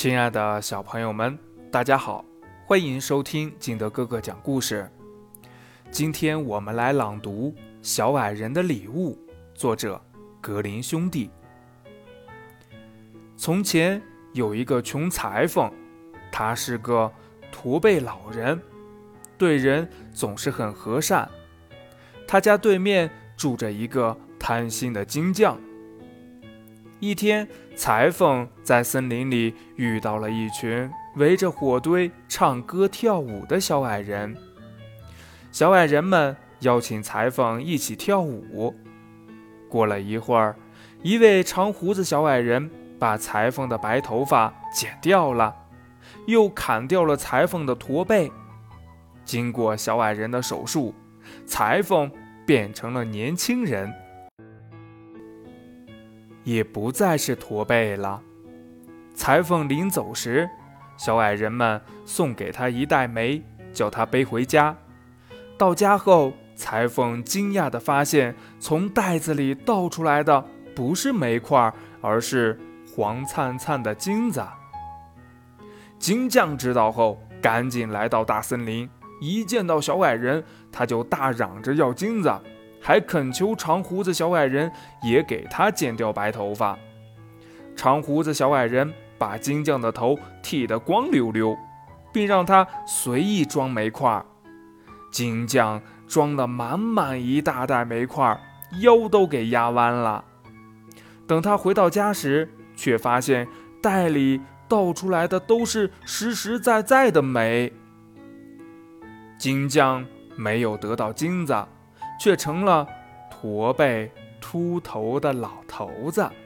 亲爱的小朋友们，大家好，欢迎收听金德哥哥讲故事。今天我们来朗读《小矮人的礼物》，作者格林兄弟。从前有一个穷裁缝，他是个驼背老人，对人总是很和善。他家对面住着一个贪心的金匠。一天，裁缝在森林里遇到了一群围着火堆唱歌跳舞的小矮人。小矮人们邀请裁缝一起跳舞。过了一会儿，一位长胡子小矮人把裁缝的白头发剪掉了，又砍掉了裁缝的驼背。经过小矮人的手术，裁缝变成了年轻人，也不再是驼背了。裁缝临走时，小矮人们送给他一袋煤，叫他背回家。到家后，裁缝惊讶地发现，从袋子里倒出来的不是煤块，而是黄灿灿的金子。金匠知道后，赶紧来到大森林，一见到小矮人，他就大嚷着要金子，还恳求长胡子小矮人也给他剪掉白头发。长胡子小矮人把金匠的头剃得光溜溜，并让他随意装煤块。金匠装了满满一大袋煤块，腰都给压弯了。等他回到家时，却发现袋里倒出来的都是实实在在的煤。金匠没有得到金子，却成了驼背秃头的老头子。